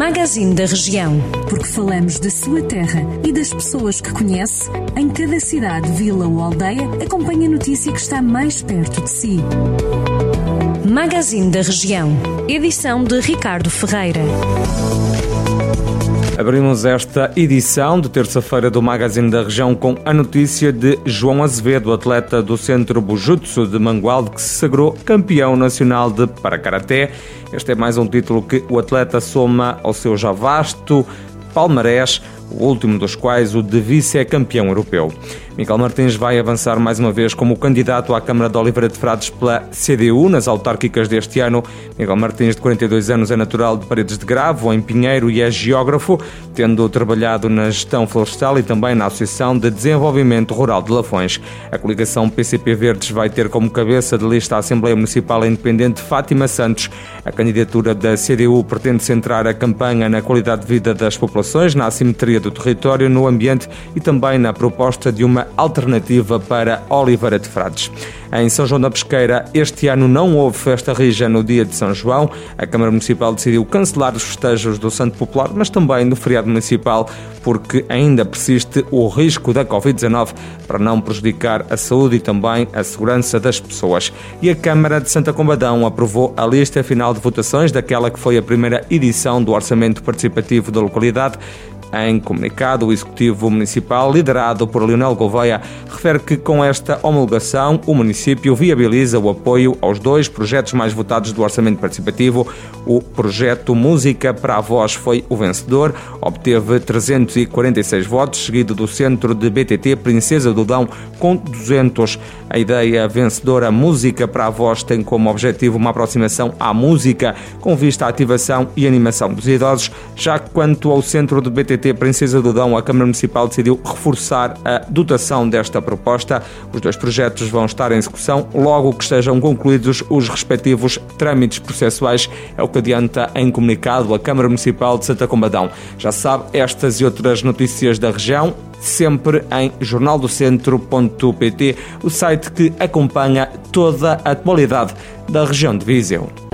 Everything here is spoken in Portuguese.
Magazine da Região. Porque falamos da sua terra e das pessoas que conhece, em cada cidade, vila ou aldeia, acompanhe a notícia que está mais perto de si. Magazine da Região. Edição de Ricardo Ferreira. Abrimos esta edição de terça-feira do Magazine da Região com a notícia de João Azevedo, atleta do Centro Bujutsu de Mangualde, que se sagrou campeão nacional de Paracaraté. Este é mais um título que o atleta soma ao seu já vasto palmarés, o último dos quais o de vice-campeão europeu. Miguel Martins vai avançar mais uma vez como candidato à Câmara de Oliveira de Frades pela CDU nas autárquicas deste ano. Miguel Martins, de 42 anos, é natural de Paredes de Gravo, em Pinheiro, e é geógrafo, tendo trabalhado na gestão florestal e também na Associação de Desenvolvimento Rural de Lafões. A coligação PCP Verdes vai ter como cabeça de lista a Assembleia Municipal Independente Fátima Santos. A candidatura da CDU pretende centrar a campanha na qualidade de vida das populações, na assimetria do território, no ambiente e também na proposta de uma alternativa para Oliveira de Frades. Em São João da Pesqueira, este ano não houve festa rija no dia de São João. A Câmara Municipal decidiu cancelar os festejos do Santo Popular, mas também no feriado municipal, porque ainda persiste o risco da Covid-19 para não prejudicar a saúde e também a segurança das pessoas. E a Câmara de Santa Combadão aprovou a lista final de votações daquela que foi a primeira edição do Orçamento Participativo da localidade. Em comunicado, o Executivo Municipal, liderado por Leonel Gouveia, refere que com esta homologação o município viabiliza o apoio aos dois projetos mais votados do Orçamento Participativo. O projeto Música para a Voz foi o vencedor, obteve 346 votos, seguido do Centro de BTT Princesa do Dão com 200. A ideia vencedora Música para a Voz tem como objetivo uma aproximação à música com vista à ativação e animação dos idosos, já que quanto ao Centro de BTT Princesa do Dão, a Câmara Municipal decidiu reforçar a dotação desta proposta. Os dois projetos vão estar em execução logo que estejam concluídos os respectivos trâmites processuais, é o que adianta em comunicado a Câmara Municipal de Santa Combadão. Já sabe, estas e outras notícias da região sempre em jornaldocentro.pt, o site que acompanha toda a atualidade da região de Viseu.